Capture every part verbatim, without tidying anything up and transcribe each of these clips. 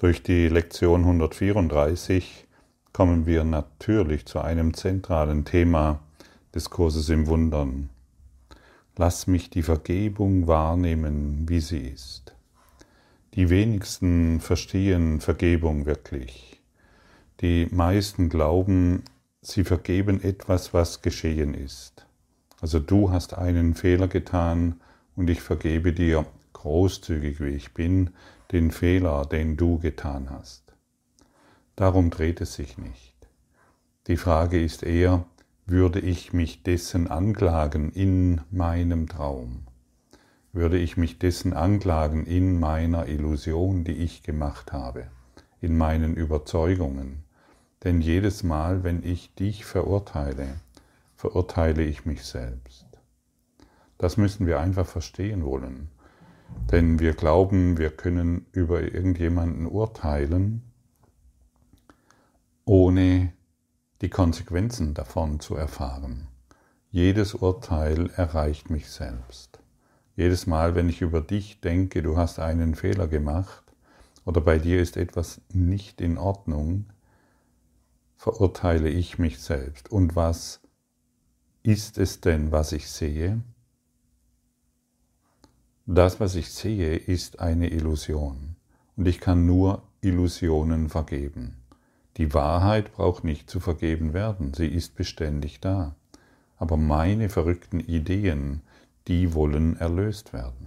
Durch die Lektion hundertvierunddreißig kommen wir natürlich zu einem zentralen Thema des Kurses im Wundern. Lass mich die Vergebung wahrnehmen, wie sie ist. Die wenigsten verstehen Vergebung wirklich. Die meisten glauben, sie vergeben etwas, was geschehen ist. Also du hast einen Fehler getan und ich vergebe dir großzügig, wie ich bin, den Fehler, den du getan hast. Darum dreht es sich nicht. Die Frage ist eher, würde ich mich dessen anklagen in meinem Traum? Würde ich mich dessen anklagen in meiner Illusion, die ich gemacht habe, in meinen Überzeugungen? Denn jedes Mal, wenn ich dich verurteile, verurteile ich mich selbst. Das müssen wir einfach verstehen wollen. Denn wir glauben, wir können über irgendjemanden urteilen, ohne die Konsequenzen davon zu erfahren. Jedes Urteil erreicht mich selbst. Jedes Mal, wenn ich über dich denke, du hast einen Fehler gemacht oder bei dir ist etwas nicht in Ordnung, verurteile ich mich selbst. Und was ist es denn, was ich sehe? Das, was ich sehe, ist eine Illusion. Und ich kann nur Illusionen vergeben. Die Wahrheit braucht nicht zu vergeben werden, sie ist beständig da. Aber meine verrückten Ideen, die wollen erlöst werden.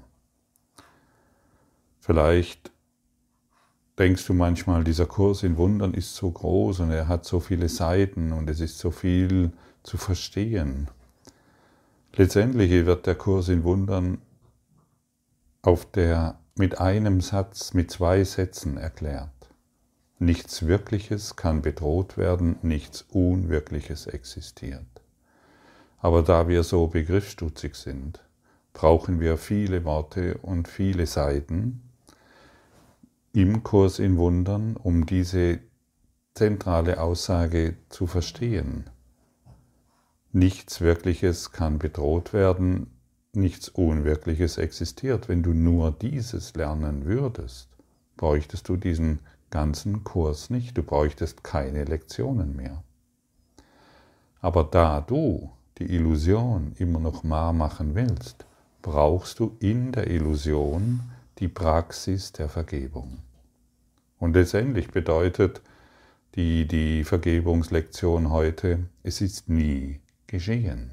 Vielleicht denkst du manchmal, dieser Kurs in Wundern ist so groß und er hat so viele Seiten und es ist so viel zu verstehen. Letztendlich wird der Kurs in Wundern auf der, mit einem Satz, mit zwei Sätzen erklärt. Nichts Wirkliches kann bedroht werden, nichts Unwirkliches existiert. Aber da wir so begriffsstutzig sind, brauchen wir viele Worte und viele Seiten im Kurs in Wundern, um diese zentrale Aussage zu verstehen. Nichts Wirkliches kann bedroht werden, nichts Unwirkliches existiert. Wenn du nur dieses lernen würdest, bräuchtest du diesen ganzen Kurs nicht, du bräuchtest keine Lektionen mehr. Aber da du die Illusion immer noch wahr machen willst, brauchst du in der Illusion die Praxis der Vergebung. Und letztendlich bedeutet die, die Vergebungslektion heute, es ist nie geschehen.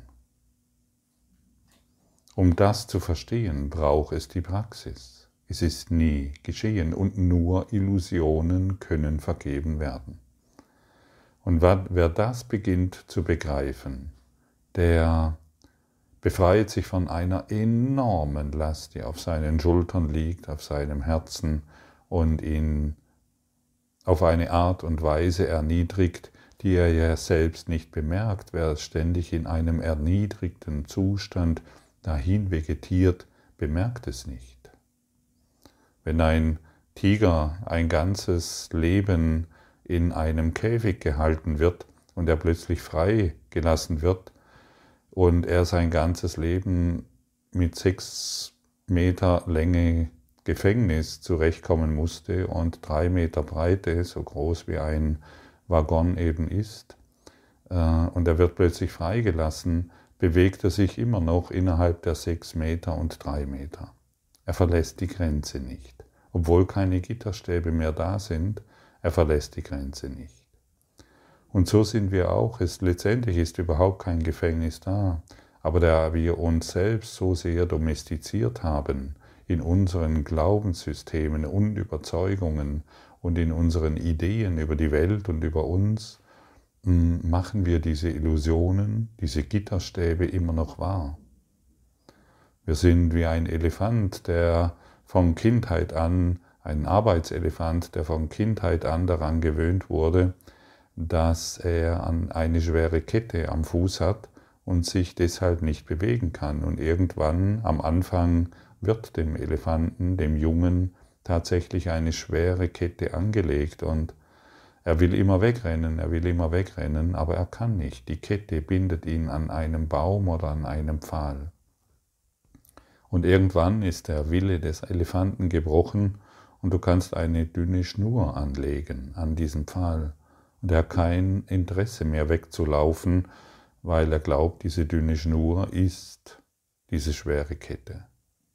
Um das zu verstehen, braucht es die Praxis. Es ist nie geschehen und nur Illusionen können vergeben werden. Und wer das beginnt zu begreifen, der befreit sich von einer enormen Last, die auf seinen Schultern liegt, auf seinem Herzen und ihn auf eine Art und Weise erniedrigt, die er ja selbst nicht bemerkt. Wer ständig in einem erniedrigten Zustand dahin vegetiert, bemerkt es nicht. Wenn ein Tiger ein ganzes Leben in einem Käfig gehalten wird und er plötzlich frei gelassen wird und er sein ganzes Leben mit sechs Meter Länge Gefängnis zurechtkommen musste und drei Meter Breite, so groß wie ein Waggon eben ist, und er wird plötzlich freigelassen, bewegt er sich immer noch innerhalb der sechs Meter und drei Meter. Er verlässt die Grenze nicht. Obwohl keine Gitterstäbe mehr da sind, er verlässt die Grenze nicht. Und so sind wir auch. Es, letztendlich ist überhaupt kein Gefängnis da. Aber da wir uns selbst so sehr domestiziert haben, in unseren Glaubenssystemen und Überzeugungen und in unseren Ideen über die Welt und über uns, machen wir diese Illusionen, diese Gitterstäbe immer noch wahr. Wir sind wie ein Elefant, der von Kindheit an, ein Arbeitselefant, der von Kindheit an daran gewöhnt wurde, dass er an eine schwere Kette am Fuß hat und sich deshalb nicht bewegen kann. Und irgendwann am Anfang wird dem Elefanten, dem Jungen, tatsächlich eine schwere Kette angelegt und er will immer wegrennen, er will immer wegrennen, aber er kann nicht. Die Kette bindet ihn an einem Baum oder an einem Pfahl. Und irgendwann ist der Wille des Elefanten gebrochen und du kannst eine dünne Schnur anlegen an diesem Pfahl. Und er hat kein Interesse mehr wegzulaufen, weil er glaubt, diese dünne Schnur ist diese schwere Kette.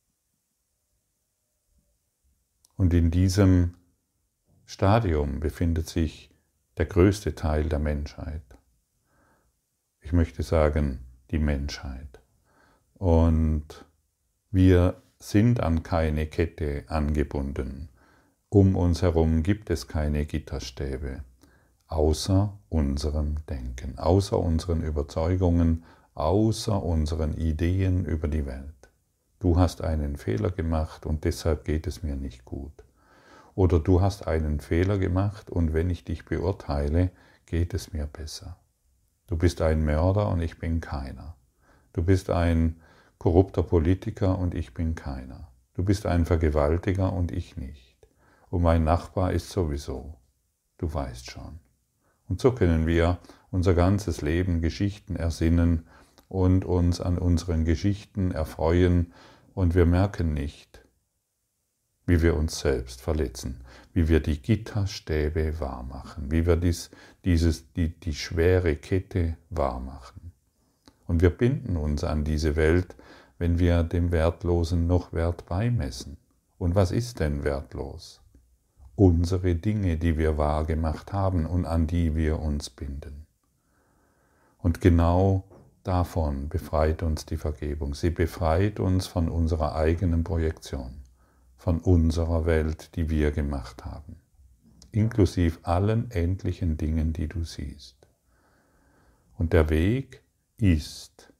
Und in diesem Stadium befindet sich der größte Teil der Menschheit. Ich möchte sagen, die Menschheit. Und wir sind an keine Kette angebunden. Um uns herum gibt es keine Gitterstäbe, außer unserem Denken, außer unseren Überzeugungen, außer unseren Ideen über die Welt. Du hast einen Fehler gemacht und deshalb geht es mir nicht gut. Oder du hast einen Fehler gemacht und wenn ich dich beurteile, geht es mir besser. Du bist ein Mörder und ich bin keiner. Du bist ein korrupter Politiker und ich bin keiner. Du bist ein Vergewaltiger und ich nicht. Und mein Nachbar ist sowieso. Du weißt schon. Und so können wir unser ganzes Leben Geschichten ersinnen und uns an unseren Geschichten erfreuen und wir merken nicht, wie wir uns selbst verletzen, wie wir die Gitterstäbe wahrmachen, wie wir dies, dieses, die, die schwere Kette wahrmachen. Und wir binden uns an diese Welt, wenn wir dem Wertlosen noch Wert beimessen. Und was ist denn wertlos? Unsere Dinge, die wir wahrgemacht haben und an die wir uns binden. Und genau davon befreit uns die Vergebung. Sie befreit uns von unserer eigenen Projektion, von unserer Welt, die wir gemacht haben, inklusive allen endlichen Dingen, die du siehst. Und der Weg ist,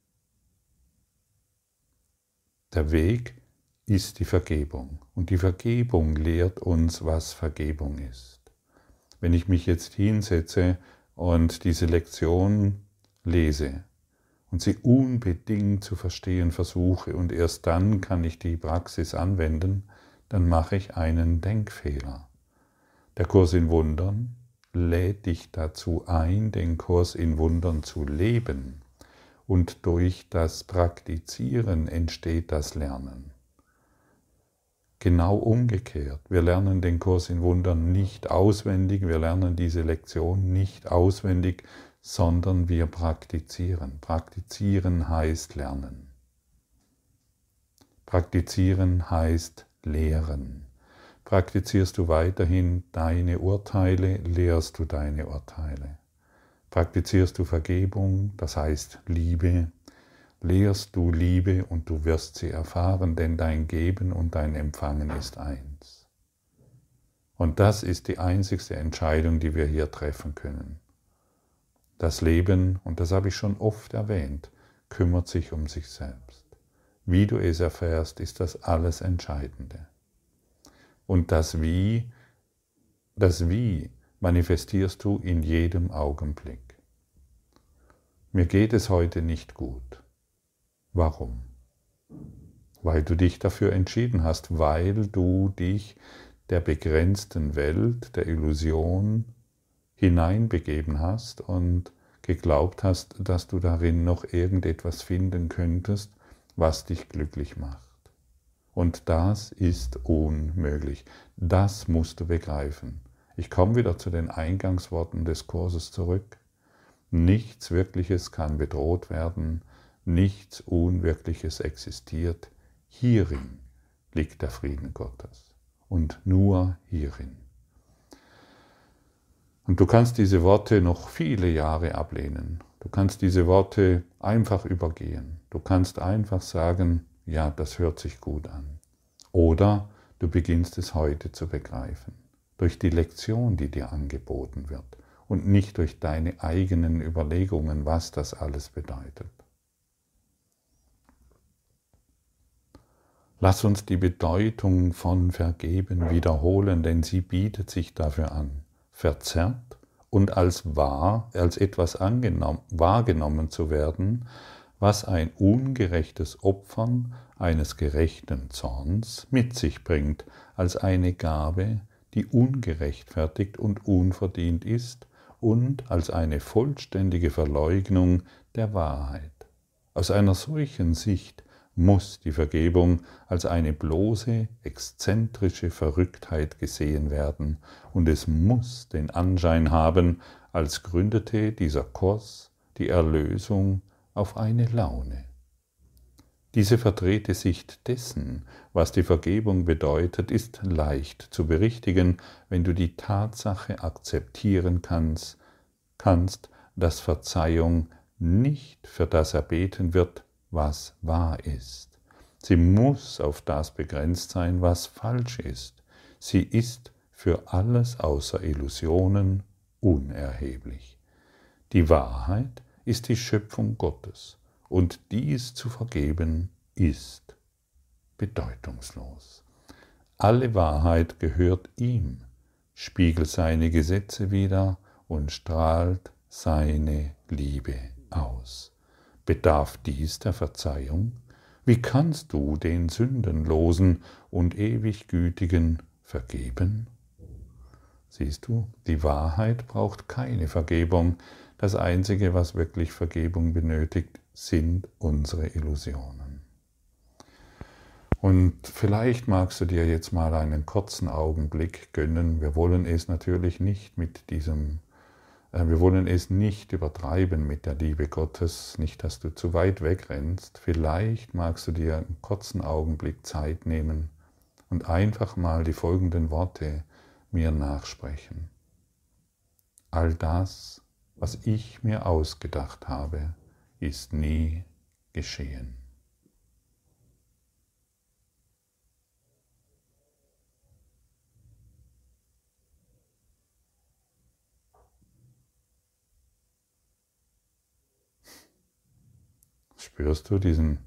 der Weg ist die Vergebung. Und die Vergebung lehrt uns, was Vergebung ist. Wenn ich mich jetzt hinsetze und diese Lektion lese und sie unbedingt zu verstehen versuche und erst dann kann ich die Praxis anwenden, dann mache ich einen Denkfehler. Der Kurs in Wundern lädt dich dazu ein, den Kurs in Wundern zu leben. Und durch das Praktizieren entsteht das Lernen. Genau umgekehrt. Wir lernen den Kurs in Wundern nicht auswendig, wir lernen diese Lektion nicht auswendig, sondern wir praktizieren. Praktizieren heißt lernen. Praktizieren heißt lehren. Praktizierst du weiterhin deine Urteile, lehrst du deine Urteile. Praktizierst du Vergebung, das heißt Liebe, lehrst du Liebe und du wirst sie erfahren, denn dein Geben und dein Empfangen ist eins. Und das ist die einzigste Entscheidung, die wir hier treffen können. Das Leben, und das habe ich schon oft erwähnt, kümmert sich um sich selbst. Wie du es erfährst, ist das alles Entscheidende. Und das Wie, das Wie manifestierst du in jedem Augenblick. Mir geht es heute nicht gut. Warum? Weil du dich dafür entschieden hast, weil du dich der begrenzten Welt, der Illusion hineinbegeben hast und geglaubt hast, dass du darin noch irgendetwas finden könntest, was dich glücklich macht. Und das ist unmöglich. Das musst du begreifen. Ich komme wieder zu den Eingangsworten des Kurses zurück. Nichts Wirkliches kann bedroht werden, nichts Unwirkliches existiert. Hierin liegt der Frieden Gottes und nur hierin. Und du kannst diese Worte noch viele Jahre ablehnen. Du kannst diese Worte einfach übergehen. Du kannst einfach sagen, ja, das hört sich gut an. Oder du beginnst es heute zu begreifen. Durch die Lektion, die dir angeboten wird und nicht durch deine eigenen Überlegungen, was das alles bedeutet. Lass uns die Bedeutung von Vergeben wiederholen, denn sie bietet sich dafür an, verzerrt und als wahr, als etwas angenommen, wahrgenommen zu werden, was ein ungerechtes Opfern eines gerechten Zorns mit sich bringt, als eine Gabe, die ungerechtfertigt und unverdient ist und als eine vollständige Verleugnung der Wahrheit. Aus einer solchen Sicht muss die Vergebung als eine bloße, exzentrische Verrücktheit gesehen werden und es muss den Anschein haben, als gründete dieser Kurs die Erlösung auf eine Laune. Diese verdrehte Sicht dessen, was die Vergebung bedeutet, ist leicht zu berichtigen, wenn du die Tatsache akzeptieren kannst, kannst, dass Verzeihung nicht für das erbeten wird, was wahr ist. Sie muss auf das begrenzt sein, was falsch ist. Sie ist für alles außer Illusionen unerheblich. Die Wahrheit ist die Schöpfung Gottes und dies zu vergeben ist bedeutungslos. Alle Wahrheit gehört ihm, spiegelt seine Gesetze wider und strahlt seine Liebe aus. Bedarf dies der Verzeihung? Wie kannst du den Sündenlosen und ewig Gütigen vergeben? Siehst du, die Wahrheit braucht keine Vergebung. Das Einzige, was wirklich Vergebung benötigt, sind unsere Illusionen. Und vielleicht magst du dir jetzt mal einen kurzen Augenblick gönnen. Wir wollen es natürlich nicht mit diesem, äh, wir wollen es nicht übertreiben mit der Liebe Gottes, nicht, dass du zu weit wegrennst. Vielleicht magst du dir einen kurzen Augenblick Zeit nehmen und einfach mal die folgenden Worte mir nachsprechen. All das, was ich mir ausgedacht habe, ist nie geschehen. Spürst du diesen,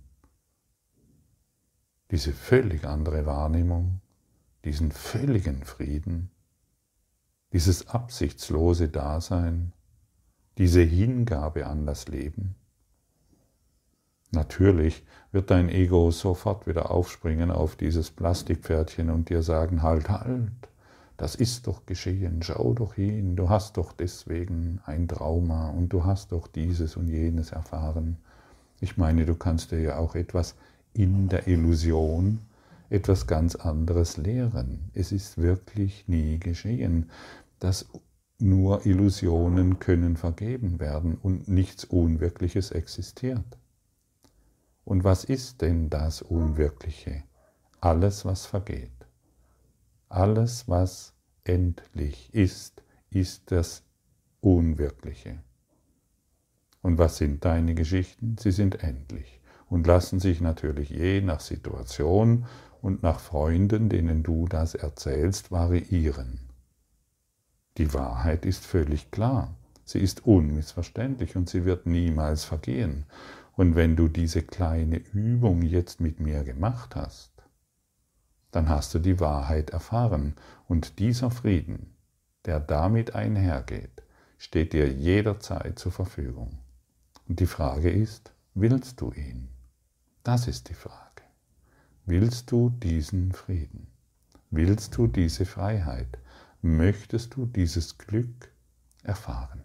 diese völlig andere Wahrnehmung, diesen völligen Frieden, dieses absichtslose Dasein, diese Hingabe an das Leben? Natürlich wird dein Ego sofort wieder aufspringen auf dieses Plastikpferdchen und dir sagen, halt, halt, das ist doch geschehen, schau doch hin, du hast doch deswegen ein Trauma und du hast doch dieses und jenes erfahren. Ich meine, du kannst dir ja auch etwas in der Illusion, etwas ganz anderes lehren. Es ist wirklich nie geschehen, dass nur Illusionen können vergeben werden und nichts Unwirkliches existiert. Und was ist denn das Unwirkliche? Alles, was vergeht. Alles, was endlich ist, ist das Unwirkliche. Und was sind deine Geschichten? Sie sind endlich und lassen sich natürlich je nach Situation und nach Freunden, denen du das erzählst, variieren. Die Wahrheit ist völlig klar. Sie ist unmissverständlich und sie wird niemals vergehen. Und wenn du diese kleine Übung jetzt mit mir gemacht hast, dann hast du die Wahrheit erfahren. Und dieser Frieden, der damit einhergeht, steht dir jederzeit zur Verfügung. Und die Frage ist, willst du ihn? Das ist die Frage. Willst du diesen Frieden? Willst du diese Freiheit? Möchtest du dieses Glück erfahren?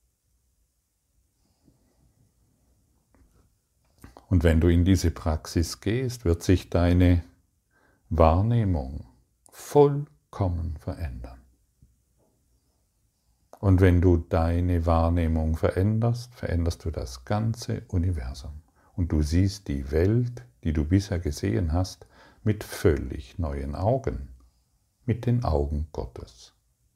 Und wenn du in diese Praxis gehst, wird sich deine Wahrnehmung vollkommen verändern. Und wenn du deine Wahrnehmung veränderst, veränderst du das ganze Universum. Und du siehst die Welt, die du bisher gesehen hast, mit völlig neuen Augen, mit den Augen Gottes.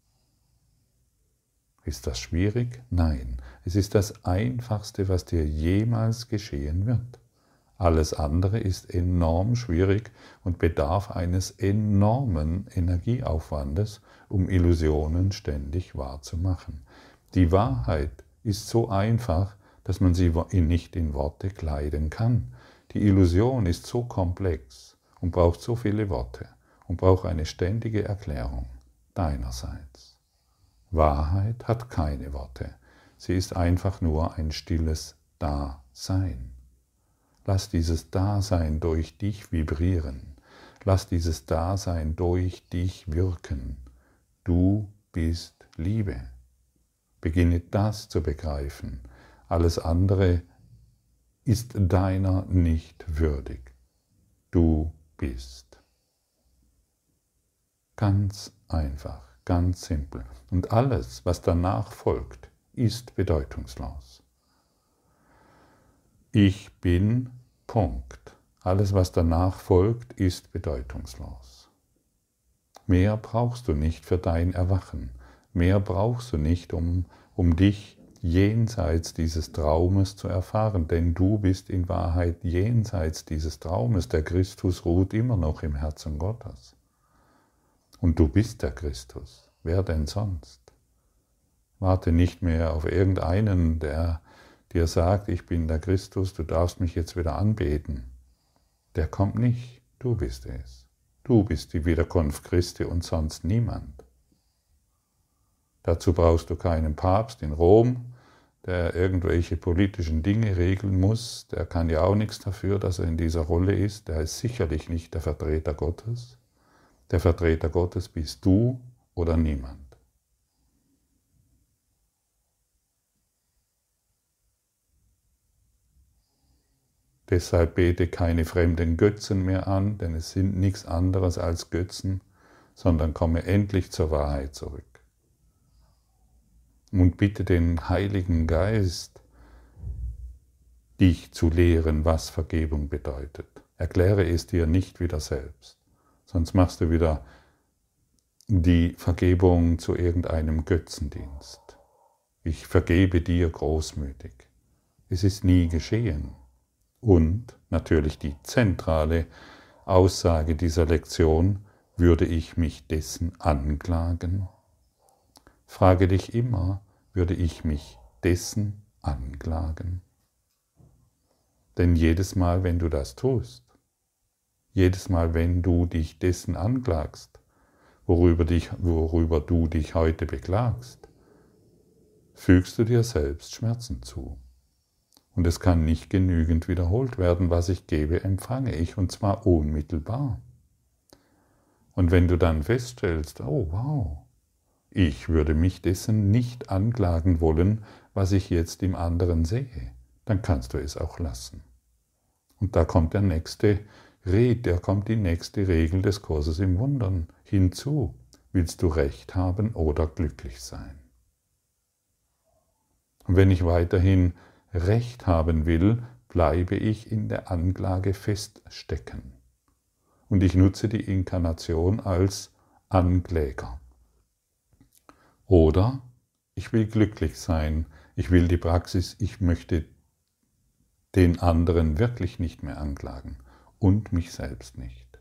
Ist das schwierig? Nein, es ist das Einfachste, was dir jemals geschehen wird. Alles andere ist enorm schwierig und bedarf eines enormen Energieaufwandes, um Illusionen ständig wahrzumachen. Die Wahrheit ist so einfach, dass man sie nicht in Worte kleiden kann. Die Illusion ist so komplex und braucht so viele Worte und braucht eine ständige Erklärung deinerseits. Wahrheit hat keine Worte. Sie ist einfach nur ein stilles Dasein. Lass dieses Dasein durch dich vibrieren. Lass dieses Dasein durch dich wirken. Du bist Liebe. Beginne das zu begreifen. Alles andere ist deiner nicht würdig. du bist. Ganz einfach, ganz simpel. Und alles, was danach folgt, ist bedeutungslos. Ich bin, Punkt. Alles, was danach folgt, ist bedeutungslos. Mehr brauchst du nicht für dein Erwachen. Mehr brauchst du nicht, um, um dich jenseits dieses Traumes zu erfahren, denn du bist in Wahrheit jenseits dieses Traumes. Der Christus ruht immer noch im Herzen Gottes. Und du bist der Christus. Wer denn sonst? Warte nicht mehr auf irgendeinen, der dir sagt, ich bin der Christus, du darfst mich jetzt wieder anbeten. Der kommt nicht, du bist es. Du bist die Wiederkunft Christi und sonst niemand. Dazu brauchst du keinen Papst in Rom, der irgendwelche politischen Dinge regeln muss. Der kann ja auch nichts dafür, dass er in dieser Rolle ist. Der ist sicherlich nicht der Vertreter Gottes. Der Vertreter Gottes bist du oder niemand. Deshalb bete keine fremden Götzen mehr an, denn es sind nichts anderes als Götzen, sondern komme endlich zur Wahrheit zurück. Und bitte den Heiligen Geist, dich zu lehren, was Vergebung bedeutet. Erkläre es dir nicht wieder selbst, sonst machst du wieder die Vergebung zu irgendeinem Götzendienst. Ich vergebe dir großmütig. Es ist nie geschehen. Und natürlich die zentrale Aussage dieser Lektion, würde ich mich dessen anklagen? Frage dich immer, würde ich mich dessen anklagen? Denn jedes Mal, wenn du das tust, jedes Mal, wenn du dich dessen anklagst, worüber, dich, worüber du dich heute beklagst, fügst du dir selbst Schmerzen zu. Und es kann nicht genügend wiederholt werden, was ich gebe, empfange ich, und zwar unmittelbar. Und wenn du dann feststellst, oh wow, ich würde mich dessen nicht anklagen wollen, was ich jetzt im anderen sehe, dann kannst du es auch lassen. Und da kommt der nächste Red, da kommt die nächste Regel des Kurses im Wundern hinzu. Willst du Recht haben oder glücklich sein? Und wenn ich weiterhin Recht haben will, bleibe ich in der Anklage feststecken. Und ich nutze die Inkarnation als Ankläger. Oder ich will glücklich sein, ich will die Praxis, ich möchte den anderen wirklich nicht mehr anklagen und mich selbst nicht.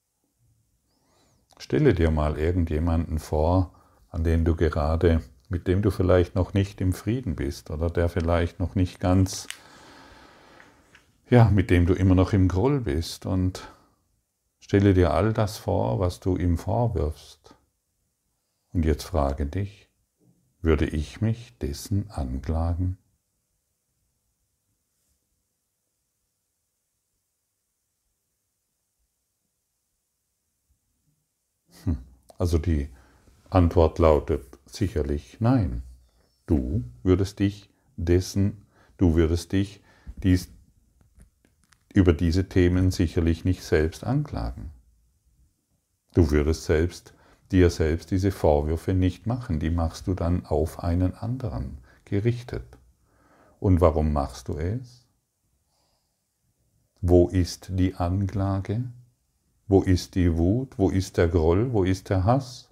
Stelle dir mal irgendjemanden vor, an den du gerade, mit dem du vielleicht noch nicht im Frieden bist oder der vielleicht noch nicht ganz, ja, mit dem du immer noch im Groll bist, und stelle dir all das vor, was du ihm vorwirfst. Und jetzt frage dich, würde ich mich dessen anklagen? Hm. Also die Antwort lautet sicherlich nein. Du würdest dich dessen, du würdest dich dies, über diese Themen sicherlich nicht selbst anklagen. Du würdest selbst dir selbst diese Vorwürfe nicht machen, die machst du dann auf einen anderen gerichtet. Und warum machst du es? Wo ist die Anklage? Wo ist die Wut? Wo ist der Groll? Wo ist der Hass?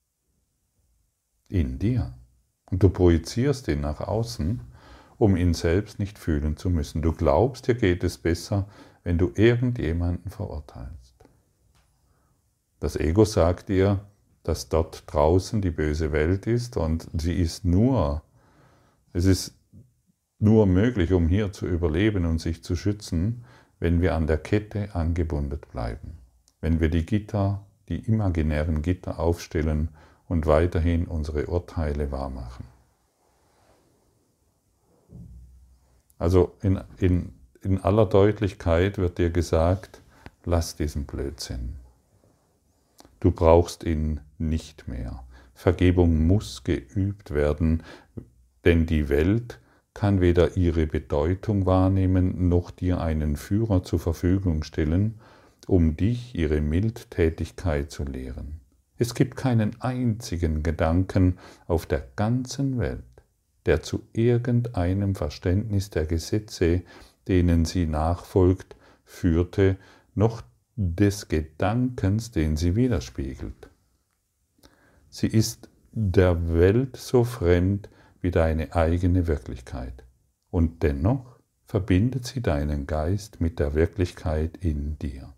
In dir. Und du projizierst ihn nach außen, um ihn selbst nicht fühlen zu müssen. Du glaubst, dir geht es besser, wenn du irgendjemanden verurteilst. Das Ego sagt dir, dass dort draußen die böse Welt ist und sie ist nur, es ist nur möglich, um hier zu überleben und sich zu schützen, wenn wir an der Kette angebunden bleiben. Wenn wir die Gitter, die imaginären Gitter aufstellen und weiterhin unsere Urteile wahrmachen. Also in, in, in aller Deutlichkeit wird dir gesagt, lass diesen Blödsinn. Du brauchst ihn nicht mehr. Vergebung muss geübt werden, denn die Welt kann weder ihre Bedeutung wahrnehmen, noch dir einen Führer zur Verfügung stellen, um dich ihre Mildtätigkeit zu lehren. Es gibt keinen einzigen Gedanken auf der ganzen Welt, der zu irgendeinem Verständnis der Gesetze, denen sie nachfolgt, führte, noch des Gedankens, den sie widerspiegelt. Sie ist der Welt so fremd wie deine eigene Wirklichkeit, und dennoch verbindet sie deinen Geist mit der Wirklichkeit in dir.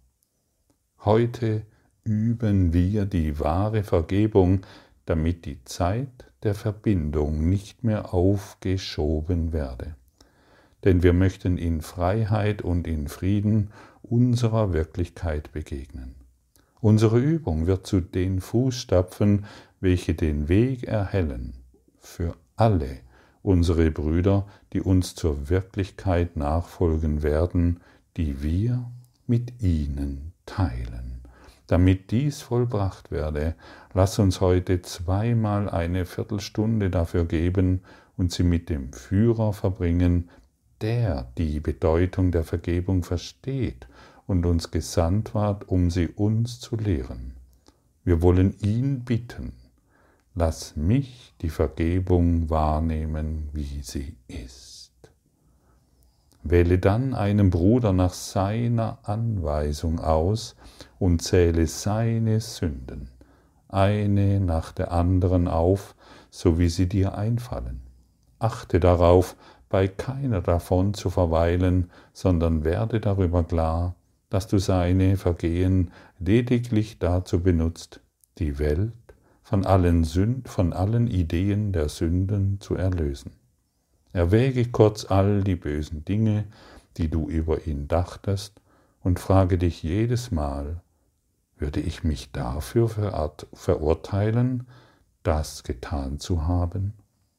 Heute üben wir die wahre Vergebung, damit die Zeit der Verbindung nicht mehr aufgeschoben werde. Denn wir möchten in Freiheit und in Frieden unserer Wirklichkeit begegnen. Unsere Übung wird zu den Fußstapfen, welche den Weg erhellen, für alle unsere Brüder, die uns zur Wirklichkeit nachfolgen werden, die wir mit ihnen teilen. Damit dies vollbracht werde, lass uns heute zweimal eine Viertelstunde dafür geben und sie mit dem Führer verbringen, der die Bedeutung der Vergebung versteht und uns gesandt ward, um sie uns zu lehren. Wir wollen ihn bitten: Lass mich die Vergebung wahrnehmen, wie sie ist. Wähle dann einen Bruder nach seiner Anweisung aus und zähle seine Sünden, eine nach der anderen auf, so wie sie dir einfallen. Achte darauf, bei keiner davon zu verweilen, sondern werde darüber klar, dass du seine Vergehen lediglich dazu benutzt, die Welt von allen, Sünd, von allen Ideen der Sünden zu erlösen. Erwäge kurz all die bösen Dinge, die du über ihn dachtest, und frage dich jedes Mal: Würde ich mich dafür verurteilen, das getan zu haben?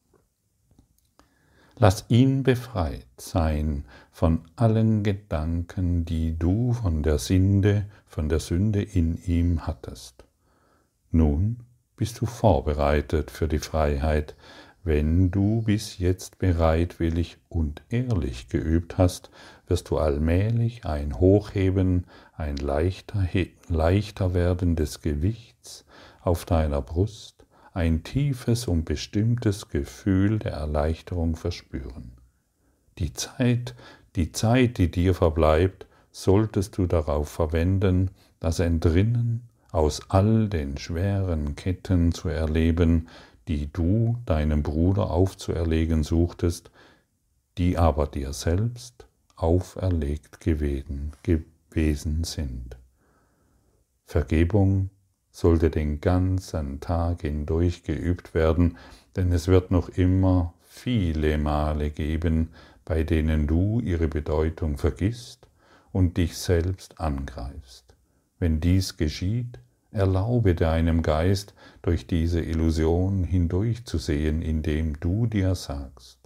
Lass ihn befreit sein von allen Gedanken, die du von der Sünde, von der Sünde in ihm hattest. Nun bist du vorbereitet für die Freiheit, wenn du bis jetzt bereitwillig und ehrlich geübt hast, wirst du allmählich ein Hochheben, ein leichter, leichter werden des Gewichts auf deiner Brust, ein tiefes und bestimmtes Gefühl der Erleichterung verspüren. Die Zeit, die Zeit, die dir verbleibt, solltest du darauf verwenden, das Entrinnen aus all den schweren Ketten zu erleben, die du deinem Bruder aufzuerlegen suchtest, die aber dir selbst auferlegt gewesen, gewesen sind. Vergebung sollte den ganzen Tag hindurch geübt werden, denn es wird noch immer viele Male geben, bei denen du ihre Bedeutung vergisst und dich selbst angreifst. Wenn dies geschieht, erlaube deinem Geist, durch diese Illusion hindurchzusehen, indem du dir sagst: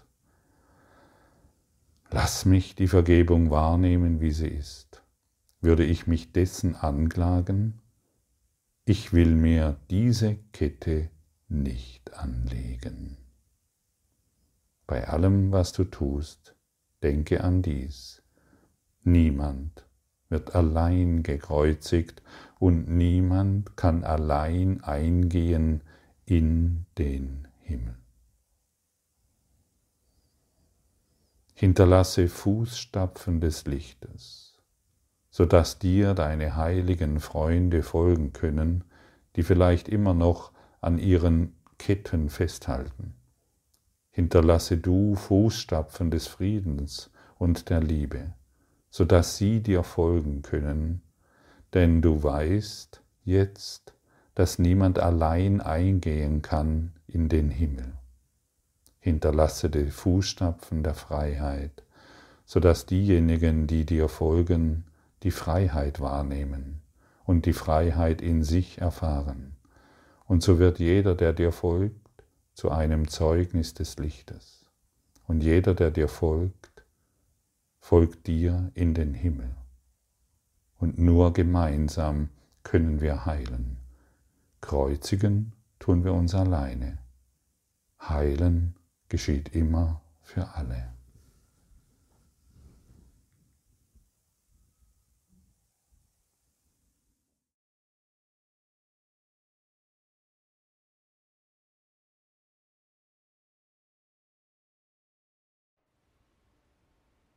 Lass mich die Vergebung wahrnehmen, wie sie ist. Würde ich mich dessen anklagen? Ich will mir diese Kette nicht anlegen. Bei allem, was du tust, denke an dies: Niemand wird allein gekreuzigt und niemand kann allein eingehen in den Himmel. Hinterlasse Fußstapfen des Lichtes, sodass dir deine heiligen Freunde folgen können, die vielleicht immer noch an ihren Ketten festhalten. Hinterlasse du Fußstapfen des Friedens und der Liebe, sodass sie dir folgen können, denn du weißt jetzt, dass niemand allein eingehen kann in den Himmel. Hinterlasse die Fußstapfen der Freiheit, sodass diejenigen, die dir folgen, die Freiheit wahrnehmen und die Freiheit in sich erfahren. Und so wird jeder, der dir folgt, zu einem Zeugnis des Lichtes. Und jeder, der dir folgt, folgt dir in den Himmel. Und nur gemeinsam können wir heilen. Kreuzigen tun wir uns alleine. Heilen geschieht immer für alle.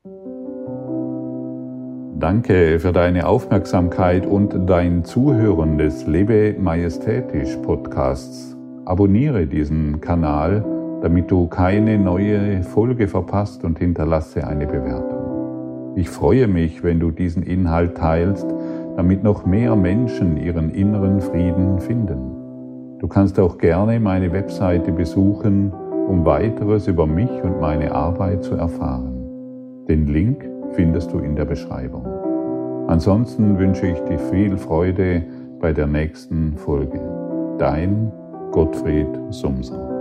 Danke für deine Aufmerksamkeit und dein Zuhören des Lebe Majestätisch Podcasts. Abonniere diesen Kanal, damit du keine neue Folge verpasst, und hinterlasse eine Bewertung. Ich freue mich, wenn du diesen Inhalt teilst, damit noch mehr Menschen ihren inneren Frieden finden. Du kannst auch gerne meine Webseite besuchen, um weiteres über mich und meine Arbeit zu erfahren. Den Link findest du in der Beschreibung. Ansonsten wünsche ich dir viel Freude bei der nächsten Folge. Dein Gottfried Sumser.